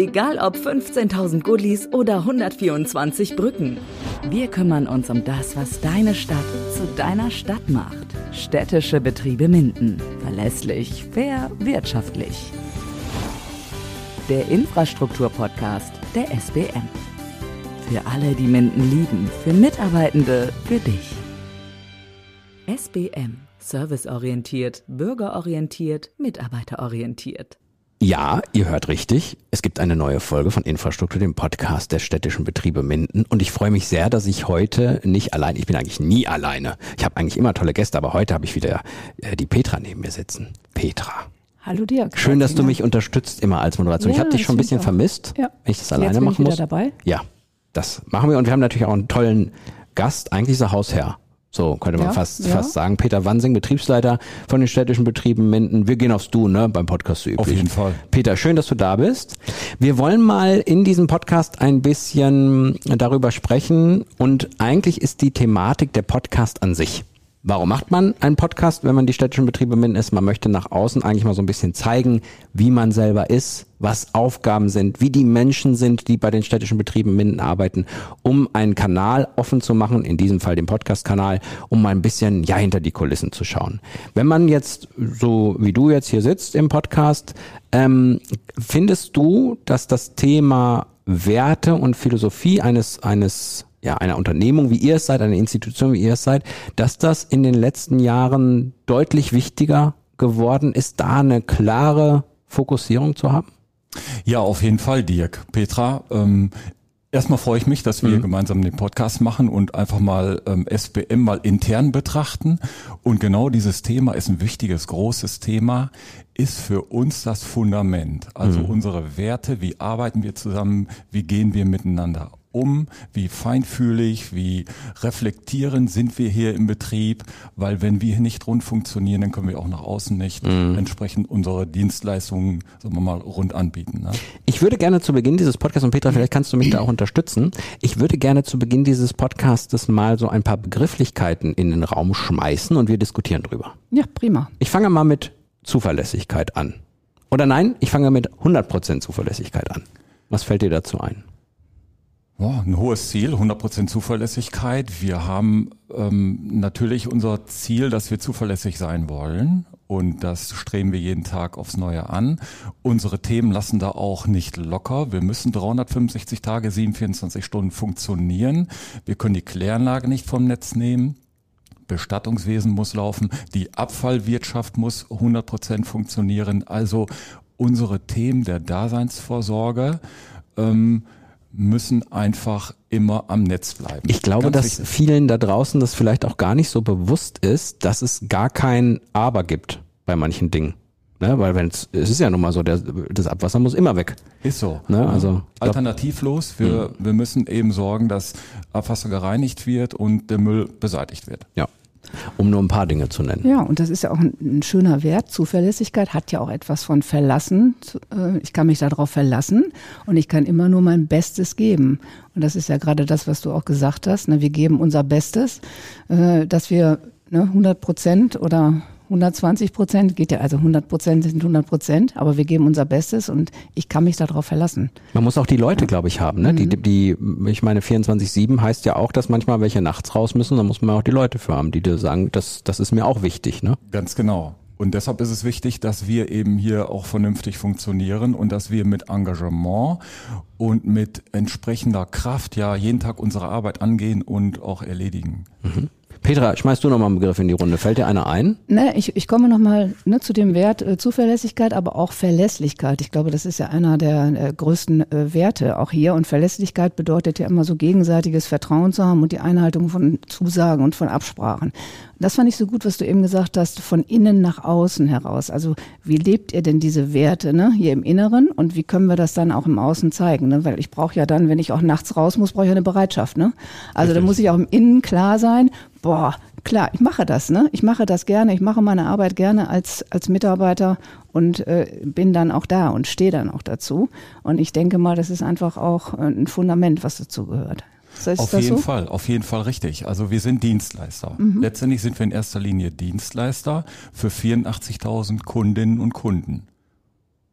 Egal ob 15.000 Gullis oder 124 Brücken. Wir kümmern uns um das, was deine Stadt zu deiner Stadt macht. Städtische Betriebe Minden. Verlässlich, fair, wirtschaftlich. Der Infrastruktur-Podcast der SBM. Für alle, die Minden lieben, für Mitarbeitende, für dich. SBM. Serviceorientiert, bürgerorientiert, mitarbeiterorientiert. Ja, ihr hört richtig. Es gibt eine neue Folge von Infrastruktur, dem Podcast der städtischen Betriebe Minden. Und ich freue mich sehr, dass ich heute nicht allein, ich bin eigentlich nie alleine. Ich habe eigentlich immer tolle Gäste, aber heute habe ich wieder die Petra neben mir sitzen. Petra. Hallo Dirk. Schön, dass du mich unterstützt immer als Moderation. Ja, ich habe dich schon ein bisschen vermisst, ja. wenn ich das alleine Jetzt machen bin ich muss. wieder dabei. Ja, das machen wir. Und wir haben natürlich auch einen tollen Gast. Eigentlich ist er Hausherr. So könnte man fast sagen. Peter Wansing, Betriebsleiter von den städtischen Betrieben Minden. Wir gehen aufs Du, ne, beim Podcast so üblich. Auf jeden Fall. Peter, schön, dass du da bist. Wir wollen mal in diesem Podcast ein bisschen darüber sprechen und eigentlich ist die Thematik der Podcast an sich. Warum macht man einen Podcast, wenn man die städtischen Betriebe Minden ist? Man möchte nach außen eigentlich mal so ein bisschen zeigen, wie man selber ist, was Aufgaben sind, wie die Menschen sind, die bei den städtischen Betrieben Minden arbeiten, um einen Kanal offen zu machen, in diesem Fall den Podcast-Kanal, um mal ein bisschen hinter die Kulissen zu schauen. Wenn man jetzt, so wie du jetzt hier sitzt im Podcast, findest du, dass das Thema Werte und Philosophie einer Unternehmung, wie ihr es seid, einer Institution, wie ihr es seid, dass das in den letzten Jahren deutlich wichtiger geworden ist, da eine klare Fokussierung zu haben? Ja, auf jeden Fall, Dirk. Petra, erstmal freue ich mich, dass wir gemeinsam den Podcast machen und einfach mal SBM mal intern betrachten. Und genau dieses Thema ist ein wichtiges, großes Thema, ist für uns das Fundament. Also unsere Werte, wie arbeiten wir zusammen, wie gehen wir miteinander um, wie feinfühlig, wie reflektierend sind wir hier im Betrieb, weil wenn wir hier nicht rund funktionieren, dann können wir auch nach außen nicht entsprechend unsere Dienstleistungen, sagen wir mal, rund anbieten. Ne? Ich würde gerne zu Beginn dieses Podcasts, und Petra, vielleicht kannst du mich da auch unterstützen, ich würde gerne zu Beginn dieses Podcasts mal so ein paar Begrifflichkeiten in den Raum schmeißen und wir diskutieren drüber. Ja, prima. Ich fange mal mit Zuverlässigkeit an. Oder nein, ich fange mit 100% Zuverlässigkeit an. Was fällt dir dazu ein? Ja, ein hohes Ziel, 100% Zuverlässigkeit. Wir haben natürlich unser Ziel, dass wir zuverlässig sein wollen und das streben wir jeden Tag aufs Neue an. Unsere Themen lassen da auch nicht locker. Wir müssen 365 Tage, 24 Stunden funktionieren. Wir können die Kläranlage nicht vom Netz nehmen. Bestattungswesen muss laufen. Die Abfallwirtschaft muss 100% funktionieren. Also unsere Themen der Daseinsvorsorge müssen einfach immer am Netz bleiben. Ich glaube, dass vielen da draußen das vielleicht auch gar nicht so bewusst ist, dass es gar kein Aber gibt bei manchen Dingen. Ne? Weil es ist ja nun mal so, das Abwasser muss immer weg. Ist so. Ne? Also alternativlos. Wir müssen eben sorgen, dass Abwasser gereinigt wird und der Müll beseitigt wird. Ja. Um nur ein paar Dinge zu nennen. Ja, und das ist ja auch ein schöner Wert. Zuverlässigkeit hat ja auch etwas von Verlassen. Ich kann mich darauf verlassen und ich kann immer nur mein Bestes geben. Und das ist ja gerade das, was du auch gesagt hast. Wir geben unser Bestes, dass wir 100% oder 120% geht ja, also 100% sind 100%, aber wir geben unser Bestes und ich kann mich darauf verlassen. Man muss auch die Leute, glaube ich, haben. Ne? Ich meine, 24/7 heißt ja auch, dass manchmal welche nachts raus müssen, da muss man auch die Leute für haben, die dir sagen, das ist mir auch wichtig. Ne? Ganz genau. Und deshalb ist es wichtig, dass wir eben hier auch vernünftig funktionieren und dass wir mit Engagement und mit entsprechender Kraft jeden Tag unsere Arbeit angehen und auch erledigen. Petra, schmeißt du noch mal einen Begriff in die Runde. Fällt dir einer ein? Ich komme noch mal zu dem Wert Zuverlässigkeit, aber auch Verlässlichkeit. Ich glaube, das ist ja einer der größten Werte auch hier. Und Verlässlichkeit bedeutet ja immer so gegenseitiges Vertrauen zu haben und die Einhaltung von Zusagen und von Absprachen. Das fand ich so gut, was du eben gesagt hast, von innen nach außen heraus. Also wie lebt ihr denn diese Werte hier im Inneren und wie können wir das dann auch im Außen zeigen? Weil ich brauche ja dann, wenn ich auch nachts raus muss, brauche ich eine Bereitschaft. Also da muss ich auch im Innen klar sein, klar, ich mache das. Ich mache das gerne, ich mache meine Arbeit gerne als Mitarbeiter und bin dann auch da und stehe dann auch dazu. Und ich denke mal, das ist einfach auch ein Fundament, was dazu gehört. Auf jeden Fall richtig. Also wir sind Dienstleister. Letztendlich sind wir in erster Linie Dienstleister für 84.000 Kundinnen und Kunden.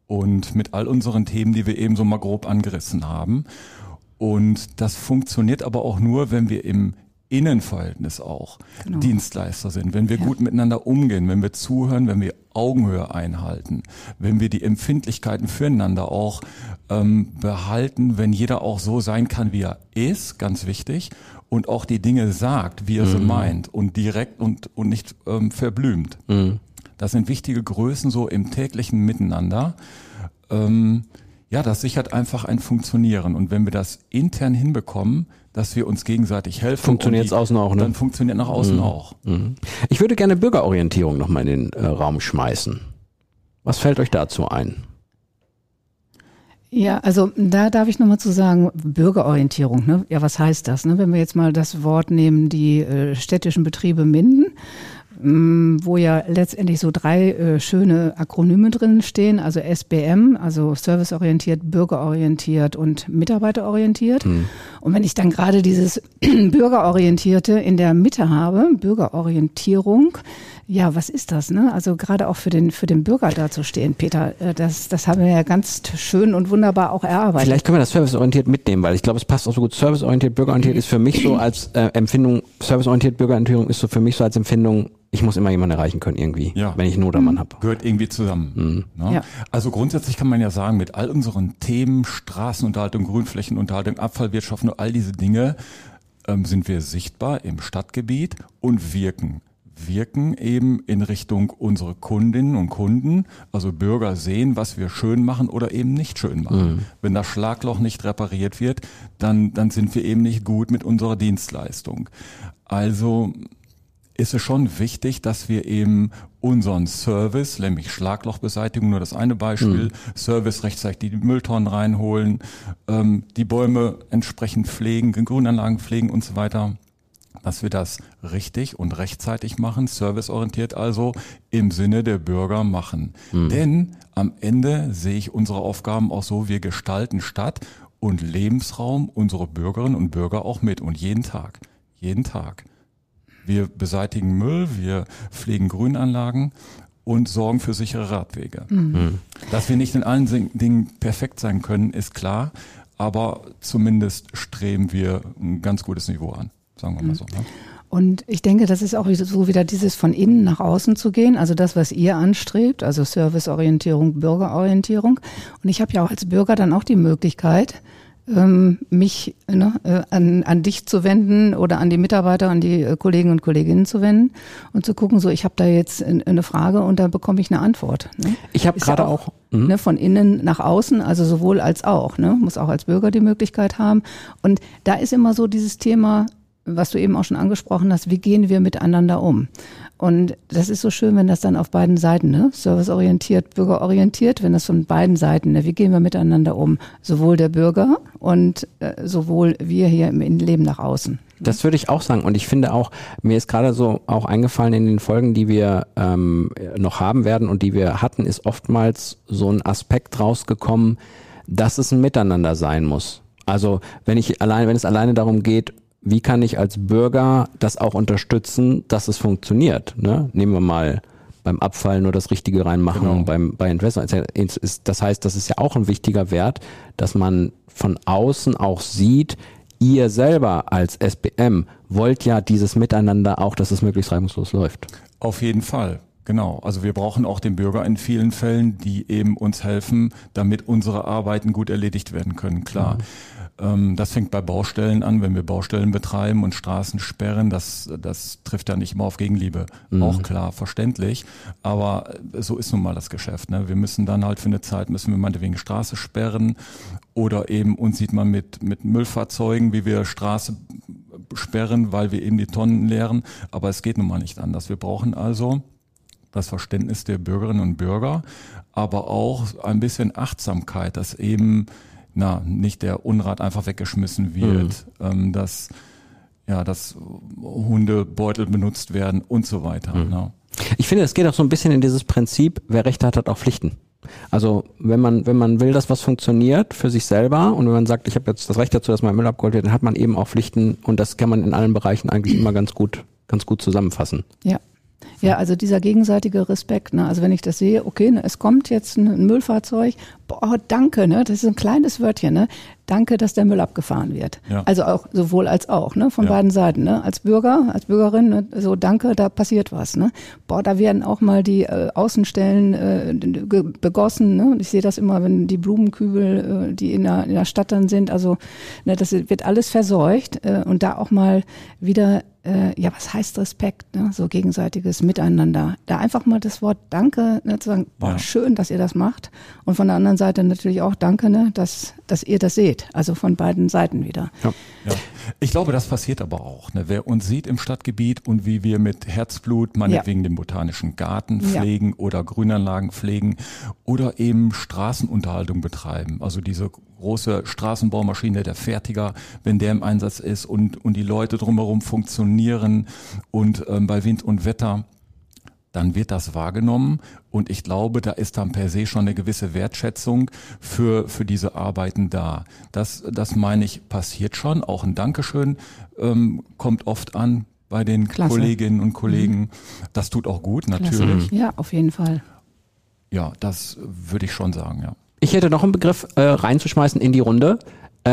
und mit all unseren Themen, die wir eben so mal grob angerissen haben. Und das funktioniert aber auch nur, wenn wir im Innenverhältnis auch Dienstleister sind, wenn wir gut miteinander umgehen, wenn wir zuhören, wenn wir Augenhöhe einhalten, wenn wir die Empfindlichkeiten füreinander auch behalten, wenn jeder auch so sein kann, wie er ist, ganz wichtig, und auch die Dinge sagt, wie er sie meint und direkt und nicht verblümt. Das sind wichtige Größen so im täglichen Miteinander. Das sichert einfach ein Funktionieren. Und wenn wir das intern hinbekommen, dass wir uns gegenseitig helfen. Funktioniert es außen auch, ne? Dann funktioniert nach außen auch. Ich würde gerne Bürgerorientierung nochmal in den Raum schmeißen. Was fällt euch dazu ein? Ja, also da darf ich nochmal zu sagen, Bürgerorientierung, ne? Ja, was heißt das? Ne? Wenn wir jetzt mal das Wort nehmen, die städtischen Betriebe Minden, wo ja letztendlich so 3 schöne Akronyme drin stehen, also SBM, also serviceorientiert, bürgerorientiert und mitarbeiterorientiert. Und wenn ich dann gerade dieses Bürgerorientierte in der Mitte habe, Bürgerorientierung, ja, was ist das, ne? Also gerade auch für den Bürger dazustehen, Peter, das haben wir ja ganz schön und wunderbar auch erarbeitet. Vielleicht können wir das serviceorientiert mitnehmen, weil ich glaube, es passt auch so gut. Serviceorientiert, bürgerorientiert ist für mich so als Empfindung, serviceorientiert, Bürgerorientierung ist so für mich so als Empfindung, ich muss immer jemanden erreichen können irgendwie, wenn ich einen Notermann habe. Gehört irgendwie zusammen. Ne? Ja. Also grundsätzlich kann man ja sagen, mit all unseren Themen, Straßenunterhaltung, Grünflächenunterhaltung, Abfallwirtschaft und all diese Dinge sind wir sichtbar im Stadtgebiet und wirken eben in Richtung unsere Kundinnen und Kunden, also Bürger sehen, was wir schön machen oder eben nicht schön machen. Wenn das Schlagloch nicht repariert wird, dann sind wir eben nicht gut mit unserer Dienstleistung. Also ist es schon wichtig, dass wir eben unseren Service, nämlich Schlaglochbeseitigung, nur das eine Beispiel, Service rechtzeitig die Mülltonnen reinholen, die Bäume entsprechend pflegen, Grünanlagen pflegen und so weiter, dass wir das richtig und rechtzeitig machen, serviceorientiert also im Sinne der Bürger machen. Denn am Ende sehe ich unsere Aufgaben auch so, wir gestalten Stadt und Lebensraum unserer Bürgerinnen und Bürger auch mit und jeden Tag. Wir beseitigen Müll, wir pflegen Grünanlagen und sorgen für sichere Radwege. Dass wir nicht in allen Dingen perfekt sein können, ist klar, aber zumindest streben wir ein ganz gutes Niveau an, sagen wir mal so. Ne? Und ich denke, das ist auch so wieder dieses von innen nach außen zu gehen, also das, was ihr anstrebt, also Serviceorientierung, Bürgerorientierung. Und ich habe ja auch als Bürger dann auch die Möglichkeit, mich an dich zu wenden oder an die Mitarbeiter, an die Kollegen und Kolleginnen zu wenden und zu gucken, so ich habe da jetzt eine Frage und da bekomme ich eine Antwort. Ne? Ich habe gerade auch von innen nach außen, also sowohl als auch, ne? Muss auch als Bürger die Möglichkeit haben. Und da ist immer so dieses Thema, was du eben auch schon angesprochen hast, wie gehen wir miteinander um? Und das ist so schön, wenn das dann auf beiden Seiten, ne, serviceorientiert, bürgerorientiert, wenn das von beiden Seiten, ne, wie gehen wir miteinander um? Sowohl der Bürger und sowohl wir hier im Innenleben nach außen. Das würde ich auch sagen. Und ich finde auch, mir ist gerade so auch eingefallen in den Folgen, die wir noch haben werden und die wir hatten, ist oftmals so ein Aspekt rausgekommen, dass es ein Miteinander sein muss. Also wenn es alleine darum geht, wie kann ich als Bürger das auch unterstützen, dass es funktioniert? Ne? Nehmen wir mal beim Abfall nur das Richtige reinmachen, bei Entwässerung. Das heißt, das ist ja auch ein wichtiger Wert, dass man von außen auch sieht, ihr selber als SBM wollt ja dieses Miteinander auch, dass es möglichst reibungslos läuft. Auf jeden Fall. Genau, also wir brauchen auch den Bürger in vielen Fällen, die eben uns helfen, damit unsere Arbeiten gut erledigt werden können, klar. Das fängt bei Baustellen an, wenn wir Baustellen betreiben und Straßen sperren, das trifft ja nicht immer auf Gegenliebe, auch klar, verständlich, aber so ist nun mal das Geschäft. Ne? Wir müssen dann halt für eine Zeit, meinetwegen Straße sperren oder eben uns sieht man mit Müllfahrzeugen, wie wir Straße sperren, weil wir eben die Tonnen leeren, aber es geht nun mal nicht anders. Wir brauchen also das Verständnis der Bürgerinnen und Bürger, aber auch ein bisschen Achtsamkeit, dass eben nicht der Unrat einfach weggeschmissen wird, dass Hundebeutel benutzt werden und so weiter. Ne? Ich finde, es geht auch so ein bisschen in dieses Prinzip, wer Rechte hat, hat auch Pflichten. Also wenn man will, dass was funktioniert für sich selber und wenn man sagt, ich habe jetzt das Recht dazu, dass mein Müll abgeholt wird, dann hat man eben auch Pflichten und das kann man in allen Bereichen eigentlich immer ganz gut zusammenfassen. Ja. Ja, also dieser gegenseitige Respekt, ne? Also wenn ich das sehe, okay, ne, es kommt jetzt ein Müllfahrzeug, boah, danke, ne? Das ist ein kleines Wörtchen, ne? Danke, dass der Müll abgefahren wird. Ja. Also auch sowohl als auch, ne? Von beiden Seiten, ne? Als Bürger, als Bürgerin, ne? So danke, da passiert was, ne? Boah, da werden auch mal die Außenstellen begossen, ne? Und ich sehe das immer, wenn die Blumenkübel, die in der Stadt dann sind, also ne, das wird alles verseucht und da auch mal wieder was heißt Respekt, ne? So gegenseitiges Miteinander. Da einfach mal das Wort Danke, ne, zu sagen, boah, schön, dass ihr das macht. Und von der anderen Seite natürlich auch Danke, ne, dass ihr das seht. Also von beiden Seiten wieder. Ja. Ich glaube, das passiert aber auch. Ne? Wer uns sieht im Stadtgebiet und wie wir mit Herzblut meinetwegen den Botanischen Garten pflegen oder Grünanlagen pflegen oder eben Straßenunterhaltung betreiben. Also diese große Straßenbaumaschine, der Fertiger, wenn der im Einsatz ist und die Leute drumherum funktionieren und bei Wind und Wetter, dann wird das wahrgenommen und ich glaube, da ist dann per se schon eine gewisse Wertschätzung für diese Arbeiten da. Das meine ich, passiert schon. Auch ein Dankeschön kommt oft an bei den Kolleginnen und Kollegen. Das tut auch gut, natürlich. Ja, auf jeden Fall. Ja, das würde ich schon sagen, ja. Ich hätte noch einen Begriff reinzuschmeißen in die Runde.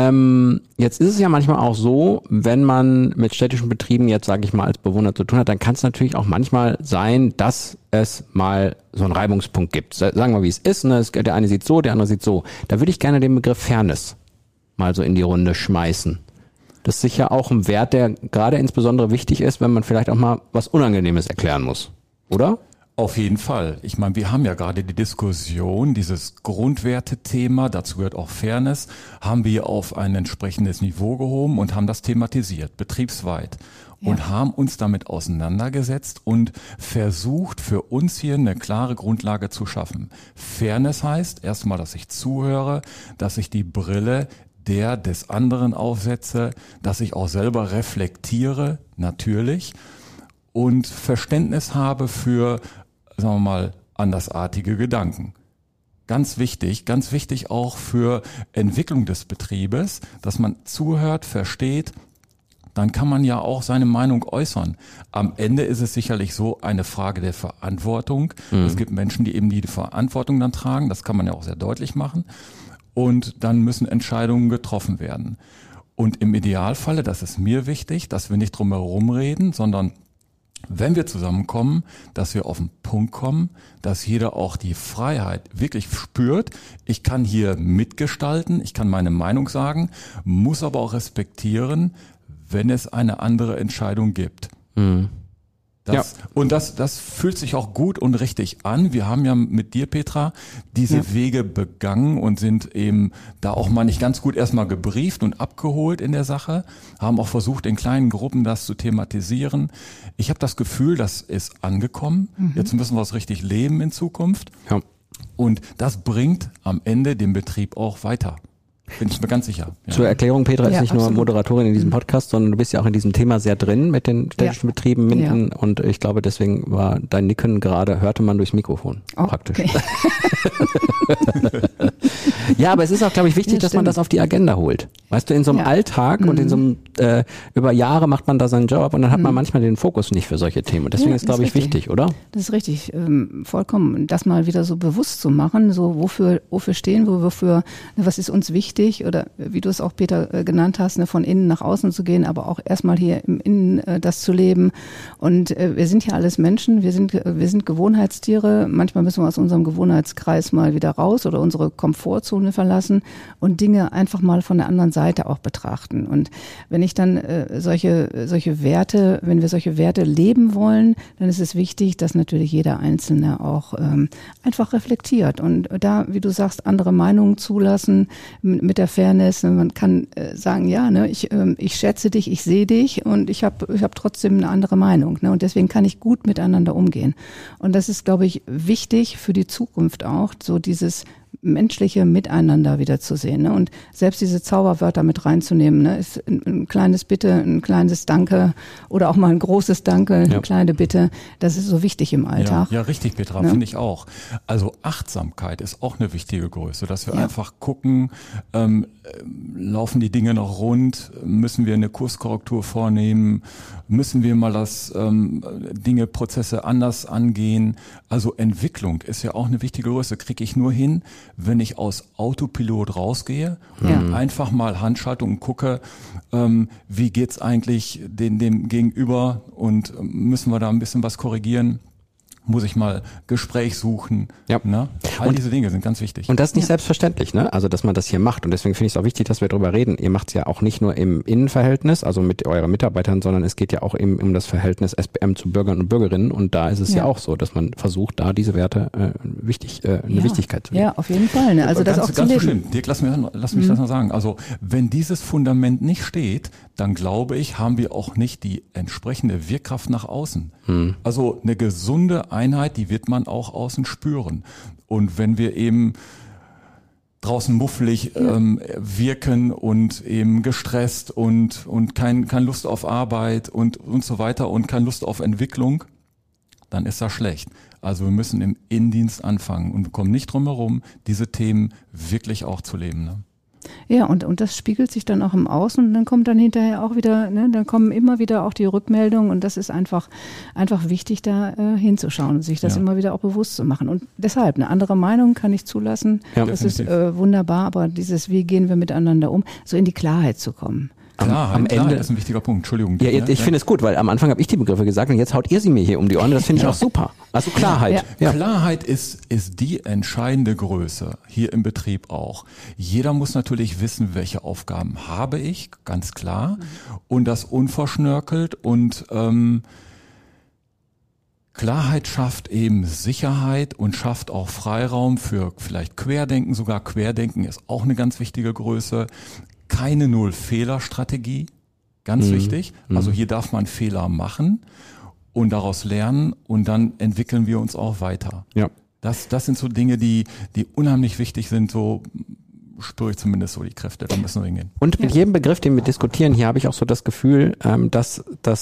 Jetzt ist es ja manchmal auch so, wenn man mit städtischen Betrieben jetzt, sage ich mal, als Bewohner zu tun hat, dann kann es natürlich auch manchmal sein, dass es mal so einen Reibungspunkt gibt. Sagen wir, wie es ist. Ne? Der eine sieht so, der andere sieht so. Da würde ich gerne den Begriff Fairness mal so in die Runde schmeißen. Das ist sicher auch ein Wert, der gerade insbesondere wichtig ist, wenn man vielleicht auch mal was Unangenehmes erklären muss. Oder? Auf jeden Fall. Ich meine, wir haben ja gerade die Diskussion, dieses Grundwertethema, dazu gehört auch Fairness, haben wir auf ein entsprechendes Niveau gehoben und haben das thematisiert, betriebsweit. Und haben uns damit auseinandergesetzt und versucht, für uns hier eine klare Grundlage zu schaffen. Fairness heißt erstmal, dass ich zuhöre, dass ich die Brille des anderen aufsetze, dass ich auch selber reflektiere, natürlich, und Verständnis habe für, sagen wir mal, andersartige Gedanken. Ganz wichtig auch für Entwicklung des Betriebes, dass man zuhört, versteht, dann kann man ja auch seine Meinung äußern. Am Ende ist es sicherlich so eine Frage der Verantwortung. Es gibt Menschen, die eben die Verantwortung dann tragen, das kann man ja auch sehr deutlich machen. Und dann müssen Entscheidungen getroffen werden. Und im Idealfalle, das ist mir wichtig, dass wir nicht drum herum reden, sondern wenn wir zusammenkommen, dass wir auf den Punkt kommen, dass jeder auch die Freiheit wirklich spürt. Ich kann hier mitgestalten, ich kann meine Meinung sagen, muss aber auch respektieren, wenn es eine andere Entscheidung gibt. Mhm. Und das fühlt sich auch gut und richtig an. Wir haben ja mit dir, Petra, diese Wege begangen und sind eben da auch mal nicht ganz gut erstmal gebrieft und abgeholt in der Sache, haben auch versucht, in kleinen Gruppen das zu thematisieren. Ich habe das Gefühl, das ist angekommen. Jetzt müssen wir es richtig leben in Zukunft. Ja. Und das bringt am Ende den Betrieb auch weiter. Bin ich mir ganz sicher. Ja. Zur Erklärung, Petra ist nicht nur Moderatorin in diesem Podcast, sondern du bist ja auch in diesem Thema sehr drin mit den städtischen Betrieben Minden und ich glaube, deswegen war dein Nicken gerade, hörte man durchs Mikrofon praktisch. Okay. Ja, aber es ist auch, glaube ich, wichtig, dass man das auf die Agenda holt. Weißt du, in so einem Alltag und in so einem, über Jahre macht man da seinen Job und dann hat man manchmal den Fokus nicht für solche Themen. Und deswegen ist, glaube ich, wichtig, oder? Das ist richtig, vollkommen. Das mal wieder so bewusst zu machen, so wofür stehen wir, was ist uns wichtig oder wie du es auch, Peter, genannt hast, von innen nach außen zu gehen, aber auch erstmal hier im Innen das zu leben. Und wir sind ja alles Menschen, wir sind Gewohnheitstiere. Manchmal müssen wir aus unserem Gewohnheitskreis mal wieder raus oder unsere Komfortzone verlassen und Dinge einfach mal von der anderen Seite auch betrachten. Und wenn ich dann wenn wir solche Werte leben wollen, dann ist es wichtig, dass natürlich jeder Einzelne auch einfach reflektiert und da, wie du sagst, andere Meinungen zulassen mit der Fairness. Man kann sagen, ich schätze dich, ich sehe dich und ich hab trotzdem eine andere Meinung. Und deswegen kann ich gut miteinander umgehen. Und das ist, glaube ich, wichtig für die Zukunft auch, so dieses menschliche Miteinander wieder zu sehen, ne? Und selbst diese Zauberwörter mit reinzunehmen, ne? Ist ein kleines Bitte, ein kleines Danke oder auch mal ein großes Danke, eine kleine Bitte. Das ist so wichtig im Alltag. Ja, richtig, Petra, finde ich auch. Also Achtsamkeit ist auch eine wichtige Größe, dass wir einfach gucken, laufen die Dinge noch rund, müssen wir eine Kurskorrektur vornehmen, müssen wir mal Dinge, Prozesse anders angehen. Also Entwicklung ist ja auch eine wichtige Größe. Kriege ich nur hin, wenn ich aus Autopilot rausgehe und einfach mal Handschaltung und gucke, wie geht's eigentlich dem Gegenüber und müssen wir da ein bisschen was korrigieren? Muss ich mal Gespräch suchen. Ja. Ne? All diese Dinge sind ganz wichtig. Und das ist nicht selbstverständlich, ne? Also, dass man das hier macht. Und deswegen finde ich es auch wichtig, dass wir darüber reden. Ihr macht es ja auch nicht nur im Innenverhältnis, also mit euren Mitarbeitern, sondern es geht ja auch eben um das Verhältnis SBM zu Bürgern und Bürgerinnen. Und da ist es ja auch so, dass man versucht, da diese Werte eine Wichtigkeit zu geben. Ja, auf jeden Fall. Ne? Also das auch zu leben. Bestimmt. Dirk, lass mich das mal sagen. Also, wenn dieses Fundament nicht steht, dann glaube ich, haben wir auch nicht die entsprechende Wirkkraft nach außen. Also eine gesunde Einheit, die wird man auch außen spüren. Und wenn wir eben draußen muffelig wirken und eben gestresst und kein Lust auf Arbeit und so weiter und keine Lust auf Entwicklung, dann ist das schlecht. Also wir müssen im Innendienst anfangen und wir kommen nicht drum herum, diese Themen wirklich auch zu leben. Ne? Ja, und das spiegelt sich dann auch im Außen und dann kommt dann hinterher auch wieder, ne, dann kommen immer wieder auch die Rückmeldungen und das ist einfach wichtig, da hinzuschauen und sich das immer wieder auch bewusst zu machen. Und deshalb, eine andere Meinung kann ich zulassen, das ist wunderbar, aber dieses, wie gehen wir miteinander um, so in die Klarheit zu kommen. Am Ende ist ein wichtiger Punkt. Entschuldigung. Ja, ich finde es gut, weil am Anfang habe ich die Begriffe gesagt und jetzt haut ihr sie mir hier um die Ohren. Das finde ich auch super. Also Klarheit. Ja. Klarheit ist die entscheidende Größe hier im Betrieb auch. Jeder muss natürlich wissen, welche Aufgaben habe ich, ganz klar. Und das unverschnörkelt und Klarheit schafft eben Sicherheit und schafft auch Freiraum für vielleicht Querdenken. Sogar Querdenken ist auch eine ganz wichtige Größe. Keine Null-Fehler-Strategie, ganz wichtig. Also hier darf man Fehler machen und daraus lernen und dann entwickeln wir uns auch weiter. Ja. Das sind so Dinge, die unheimlich wichtig sind, so spüre ich zumindest so die Kräfte, da müssen wir hingehen. Und mit jedem Begriff, den wir diskutieren, hier habe ich auch so das Gefühl, dass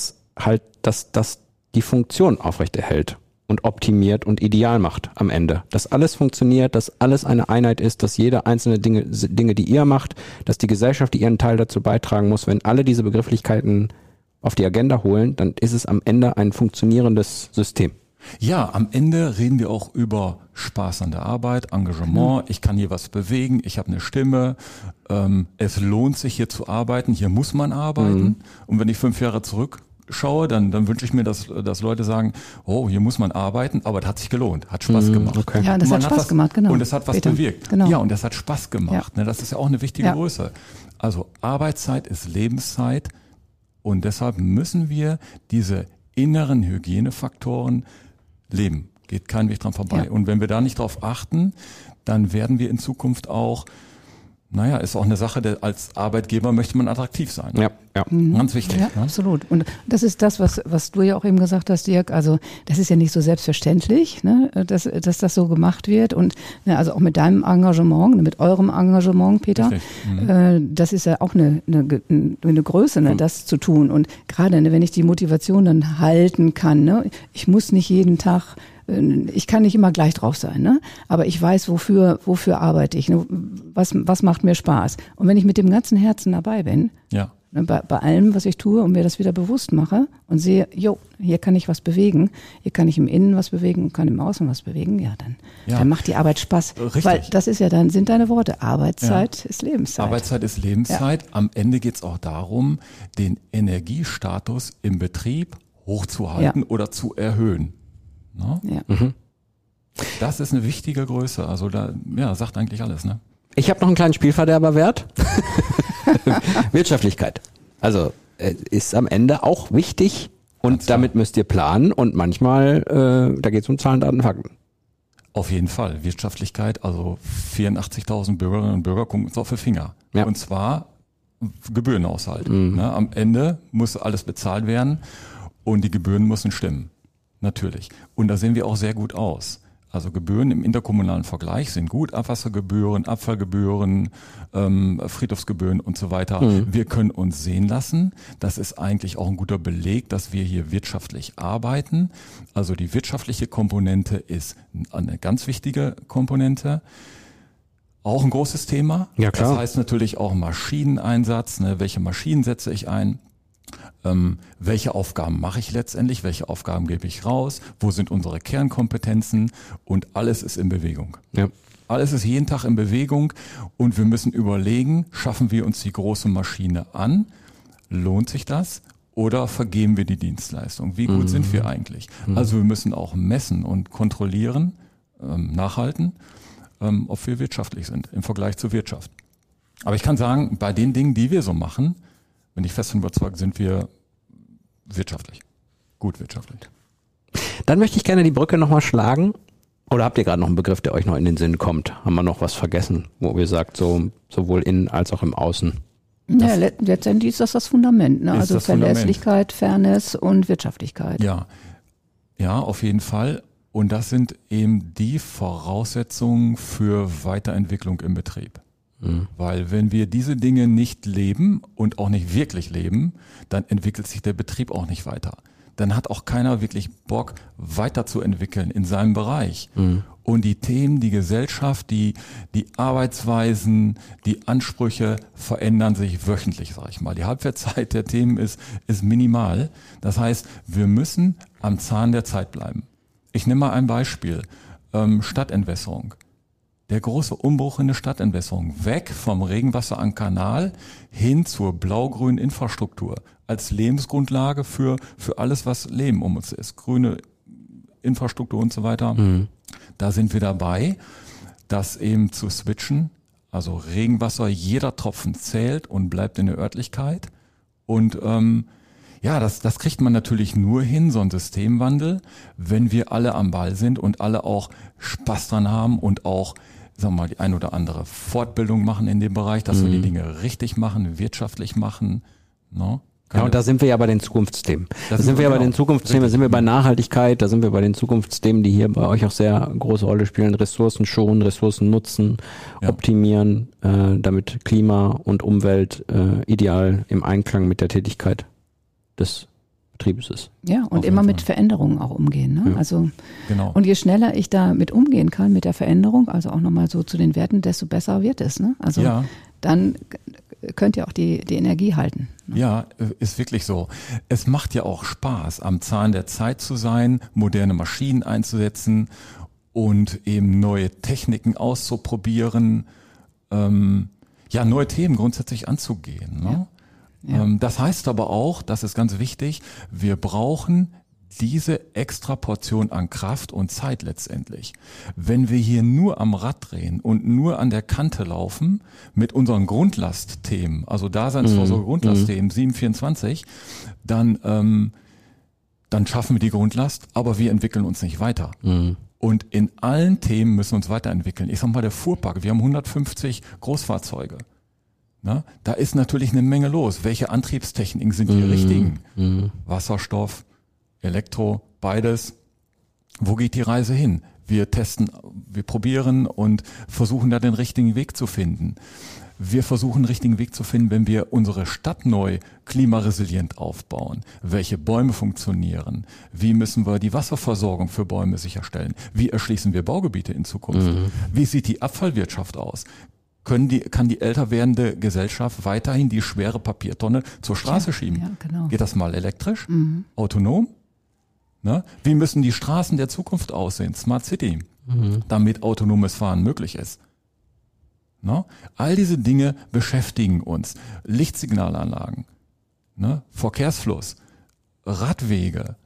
die Funktion aufrechterhält und optimiert und ideal macht am Ende. Dass alles funktioniert, dass alles eine Einheit ist, dass jede einzelne Dinge, die ihr macht, dass die Gesellschaft ihren Teil dazu beitragen muss. Wenn alle diese Begrifflichkeiten auf die Agenda holen, dann ist es am Ende ein funktionierendes System. Ja, am Ende reden wir auch über Spaß an der Arbeit, Engagement. Ich kann hier was bewegen, ich habe eine Stimme. Es lohnt sich hier zu arbeiten, hier muss man arbeiten. Und wenn ich 5 Jahre zurückschaue, dann wünsche ich mir, dass Leute sagen, oh, hier muss man arbeiten, aber das hat sich gelohnt, hat Spaß gemacht. Okay. Ja, das hat Spaß gemacht, genau. Und es hat was bewirkt. Genau. Ja, und das hat Spaß gemacht. Ja. Das ist ja auch eine wichtige Größe. Also Arbeitszeit ist Lebenszeit und deshalb müssen wir diese inneren Hygienefaktoren leben. Geht kein Weg dran vorbei. Ja. Und wenn wir da nicht drauf achten, dann werden wir in Zukunft auch, ist auch eine Sache, als Arbeitgeber möchte man attraktiv sein. Ja. Ganz wichtig. Ja, absolut. Und das ist das, was du ja auch eben gesagt hast, Dirk. Also das ist ja nicht so selbstverständlich, ne, dass das so gemacht wird. Und also auch mit deinem Engagement, mit eurem Engagement, Peter, das ist ja auch eine Größe, ne, das zu tun. Und gerade wenn ich die Motivation dann halten kann, ne, ich muss nicht jeden Tag, ich kann nicht immer gleich drauf sein, ne? Aber ich weiß, wofür arbeite ich, ne? Was macht mir Spaß. Und wenn ich mit dem ganzen Herzen dabei bin, bei allem, was ich tue und mir das wieder bewusst mache und sehe, hier kann ich was bewegen, hier kann ich im Innen was bewegen und kann im Außen was bewegen, dann macht die Arbeit Spaß. Richtig. Weil das ist dann sind deine Worte, Arbeitszeit ist Lebenszeit. Arbeitszeit ist Lebenszeit. Ja. Am Ende geht es auch darum, den Energiestatus im Betrieb hochzuhalten oder zu erhöhen. No? Ja. Das ist eine wichtige Größe. Also sagt eigentlich alles, ne? Ich habe noch einen kleinen Spielverderberwert. Wirtschaftlichkeit. Also ist am Ende auch wichtig und damit müsst ihr planen und manchmal, da geht es um Zahlen, Daten, Fakten. Auf jeden Fall. Wirtschaftlichkeit, also 84.000 Bürgerinnen und Bürger gucken uns auf die Finger. Ja. Und zwar Gebührenhaushalt. Ne? Am Ende muss alles bezahlt werden und die Gebühren müssen stimmen. Natürlich. Und da sehen wir auch sehr gut aus. Also Gebühren im interkommunalen Vergleich sind gut, Abwassergebühren, Abfallgebühren, Friedhofsgebühren und so weiter. Wir können uns sehen lassen. Das ist eigentlich auch ein guter Beleg, dass wir hier wirtschaftlich arbeiten. Also die wirtschaftliche Komponente ist eine ganz wichtige Komponente. Auch ein großes Thema. Ja, klar. Das heißt natürlich auch Maschineneinsatz. Ne? Welche Maschinen setze ich ein? Welche Aufgaben mache ich letztendlich? Welche Aufgaben gebe ich raus? Wo sind unsere Kernkompetenzen? Und alles ist in Bewegung. Ja. Alles ist jeden Tag in Bewegung und wir müssen überlegen, schaffen wir uns die große Maschine an? Lohnt sich das? Oder vergeben wir die Dienstleistung? Wie gut sind wir eigentlich? Also wir müssen auch messen und kontrollieren, nachhalten, ob wir wirtschaftlich sind im Vergleich zur Wirtschaft. Aber ich kann sagen, bei den Dingen, die wir so machen, bin ich fest überzeugt, sind wir wirtschaftlich. Gut wirtschaftlich. Dann möchte ich gerne die Brücke nochmal schlagen. Oder habt ihr gerade noch einen Begriff, der euch noch in den Sinn kommt? Haben wir noch was vergessen, wo ihr sagt, so sowohl innen als auch im Außen? Ja, letztendlich ist das Fundament, ne? Also das Verlässlichkeit, Fairness und Wirtschaftlichkeit. Ja, auf jeden Fall. Und das sind eben die Voraussetzungen für Weiterentwicklung im Betrieb. Weil wenn wir diese Dinge nicht leben und auch nicht wirklich leben, dann entwickelt sich der Betrieb auch nicht weiter. Dann hat auch keiner wirklich Bock, weiterzuentwickeln in seinem Bereich. Und die Themen, die Gesellschaft, die Arbeitsweisen, die Ansprüche verändern sich wöchentlich, sag ich mal. Die Halbwertszeit der Themen ist minimal. Das heißt, wir müssen am Zahn der Zeit bleiben. Ich nehme mal ein Beispiel. Stadtentwässerung. Der große Umbruch in der Stadtentwässerung. Weg vom Regenwasser am Kanal hin zur blau-grünen Infrastruktur. Als Lebensgrundlage für alles, was Leben um uns ist. Grüne Infrastruktur und so weiter. Da sind wir dabei, das eben zu switchen. Also Regenwasser, jeder Tropfen zählt und bleibt in der Örtlichkeit. Und das kriegt man natürlich nur hin, so ein Systemwandel, wenn wir alle am Ball sind und alle auch Spaß dran haben und auch, sagen wir mal, die ein oder andere Fortbildung machen in dem Bereich, dass wir die Dinge richtig machen, wirtschaftlich machen. No? Ja, und da sind wir ja bei den Zukunftsthemen. Da sind wir bei Nachhaltigkeit, da sind wir bei den Zukunftsthemen, die hier bei euch auch sehr große Rolle spielen. Ressourcen schonen, Ressourcen nutzen, optimieren, damit Klima und Umwelt ideal im Einklang mit der Tätigkeit des Betriebes ist. Ja, und immer mit Veränderungen auch umgehen. Ne? Ja. Also, genau. Und je schneller ich damit umgehen kann, mit der Veränderung, also auch nochmal so zu den Werten, desto besser wird es. Ne? Also dann könnt ihr auch die Energie halten. Ne? Ja, ist wirklich so. Es macht ja auch Spaß, am Zahn der Zeit zu sein, moderne Maschinen einzusetzen und eben neue Techniken auszuprobieren, neue Themen grundsätzlich anzugehen. Ne? Ja. Das heißt aber auch, das ist ganz wichtig, wir brauchen diese extra Portion an Kraft und Zeit letztendlich. Wenn wir hier nur am Rad drehen und nur an der Kante laufen mit unseren Grundlastthemen, also Daseinsvorsorge, Grundlastthemen 724, dann schaffen wir die Grundlast, aber wir entwickeln uns nicht weiter. Und in allen Themen müssen wir uns weiterentwickeln. Ich sag mal, der Fuhrpark, wir haben 150 Großfahrzeuge. Na, da ist natürlich eine Menge los. Welche Antriebstechniken sind die richtigen? Wasserstoff, Elektro, beides. Wo geht die Reise hin? Wir testen, wir probieren und versuchen da den richtigen Weg zu finden. Wir versuchen den richtigen Weg zu finden, wenn wir unsere Stadt neu klimaresilient aufbauen. Welche Bäume funktionieren? Wie müssen wir die Wasserversorgung für Bäume sicherstellen? Wie erschließen wir Baugebiete in Zukunft? Wie sieht die Abfallwirtschaft aus? Kann die älter werdende Gesellschaft weiterhin die schwere Papiertonne zur Straße schieben? Ja, genau. Geht das mal elektrisch? Autonom? Ne? Wie müssen die Straßen der Zukunft aussehen? Smart City, damit autonomes Fahren möglich ist. Ne? All diese Dinge beschäftigen uns. Lichtsignalanlagen, ne? Verkehrsfluss, Radwege.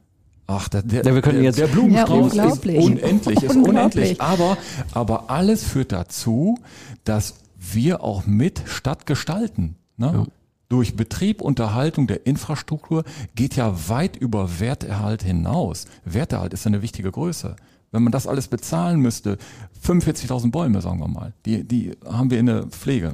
Der Blumenstrauß ist unendlich. Aber alles führt dazu, dass wir auch mit Stadt gestalten. Ne? Ja. Durch Betrieb, Unterhaltung der Infrastruktur geht ja weit über Werterhalt hinaus. Werterhalt ist eine wichtige Größe. Wenn man das alles bezahlen müsste, 45.000 Bäume, sagen wir mal, die haben wir in der Pflege.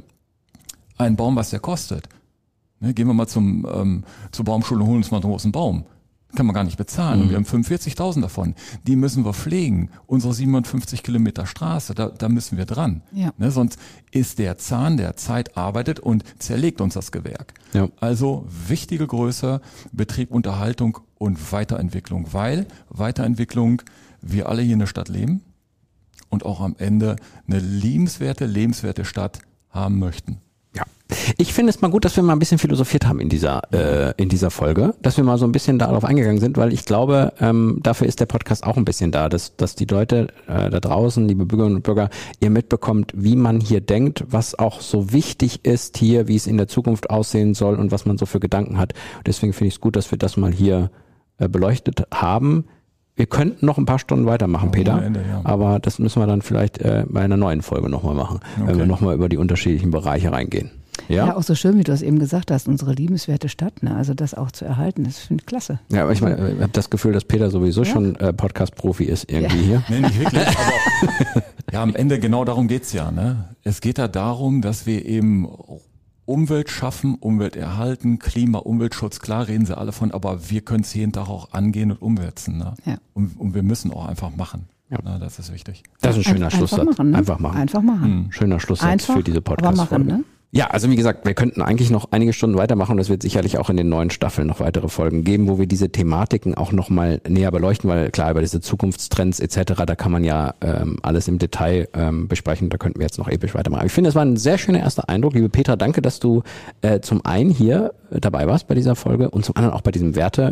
Ein Baum, was der kostet. Ne, gehen wir mal zur Baumschule und holen uns mal einen großen Baum. Kann man gar nicht bezahlen. Und wir haben 45.000 davon. Die müssen wir pflegen. Unsere 57 Kilometer Straße, da müssen wir dran. Ja. Ne, sonst ist der Zahn, der Zeit arbeitet und zerlegt uns das Gewerk. Ja. Also wichtige Größe, Betrieb, Unterhaltung und Weiterentwicklung. Weil Weiterentwicklung, wir alle hier in der Stadt leben und auch am Ende eine lebenswerte Stadt haben möchten. Ja. Ich finde es mal gut, dass wir mal ein bisschen philosophiert haben in dieser Folge, dass wir mal so ein bisschen darauf eingegangen sind, weil ich glaube, dafür ist der Podcast auch ein bisschen da, dass die Leute da draußen, liebe Bürgerinnen und Bürger, ihr mitbekommt, wie man hier denkt, was auch so wichtig ist hier, wie es in der Zukunft aussehen soll und was man so für Gedanken hat. Und deswegen finde ich es gut, dass wir das mal hier beleuchtet haben. Wir könnten noch ein paar Stunden weitermachen, Peter, Ende, ja. aber das müssen wir dann vielleicht bei einer neuen Folge nochmal machen, wenn wir nochmal über die unterschiedlichen Bereiche reingehen. Ja? Ja, auch so schön, wie du es eben gesagt hast, unsere liebenswerte Stadt, ne? Also das auch zu erhalten, das finde ich klasse. Ja, aber ich meine, ich habe das Gefühl, dass Peter sowieso schon Podcast-Profi ist irgendwie hier. Nee, nicht wirklich, aber ja, am Ende genau darum geht's ja. Ne? Es geht ja darum, dass wir eben Umwelt schaffen, Umwelt erhalten, Klima, Umweltschutz, klar reden sie alle von, aber wir können es jeden Tag auch angehen und umsetzen. Ne? Ja. Und wir müssen auch einfach machen. Ja. Na, das ist wichtig. Das ist ein schöner Schlusssatz. Einfach machen. Einfach machen. Schöner Schlusssatz für diese Podcast-Folge. Ne? Ja, also wie gesagt, wir könnten eigentlich noch einige Stunden weitermachen und es wird sicherlich auch in den neuen Staffeln noch weitere Folgen geben, wo wir diese Thematiken auch nochmal näher beleuchten, weil klar, über diese Zukunftstrends etc., da kann man ja alles im Detail besprechen, da könnten wir jetzt noch episch weitermachen. Aber ich finde, das war ein sehr schöner erster Eindruck. Liebe Petra, danke, dass du zum einen hier dabei warst bei dieser Folge und zum anderen auch bei diesen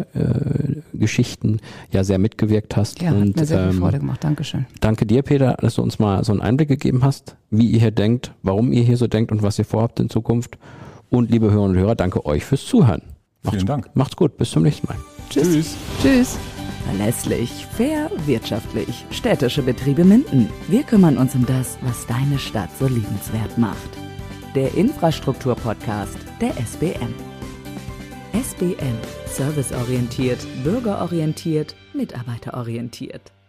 Wertegeschichten ja sehr mitgewirkt hast. Ja, und, hat mir sehr viel Freude gemacht. Dankeschön. Danke dir, Peter, dass du uns mal so einen Einblick gegeben hast, wie ihr hier denkt, warum ihr hier so denkt und was ihr vorhabt in Zukunft. Und liebe Hörerinnen und Hörer, danke euch fürs Zuhören. Vielen Dank. Macht's gut, bis zum nächsten Mal. Tschüss. Tschüss. Verlässlich, fair, wirtschaftlich. Städtische Betriebe Minden. Wir kümmern uns um das, was deine Stadt so liebenswert macht. Der Infrastruktur-Podcast der SBM. SBM. Serviceorientiert, bürgerorientiert, mitarbeiterorientiert.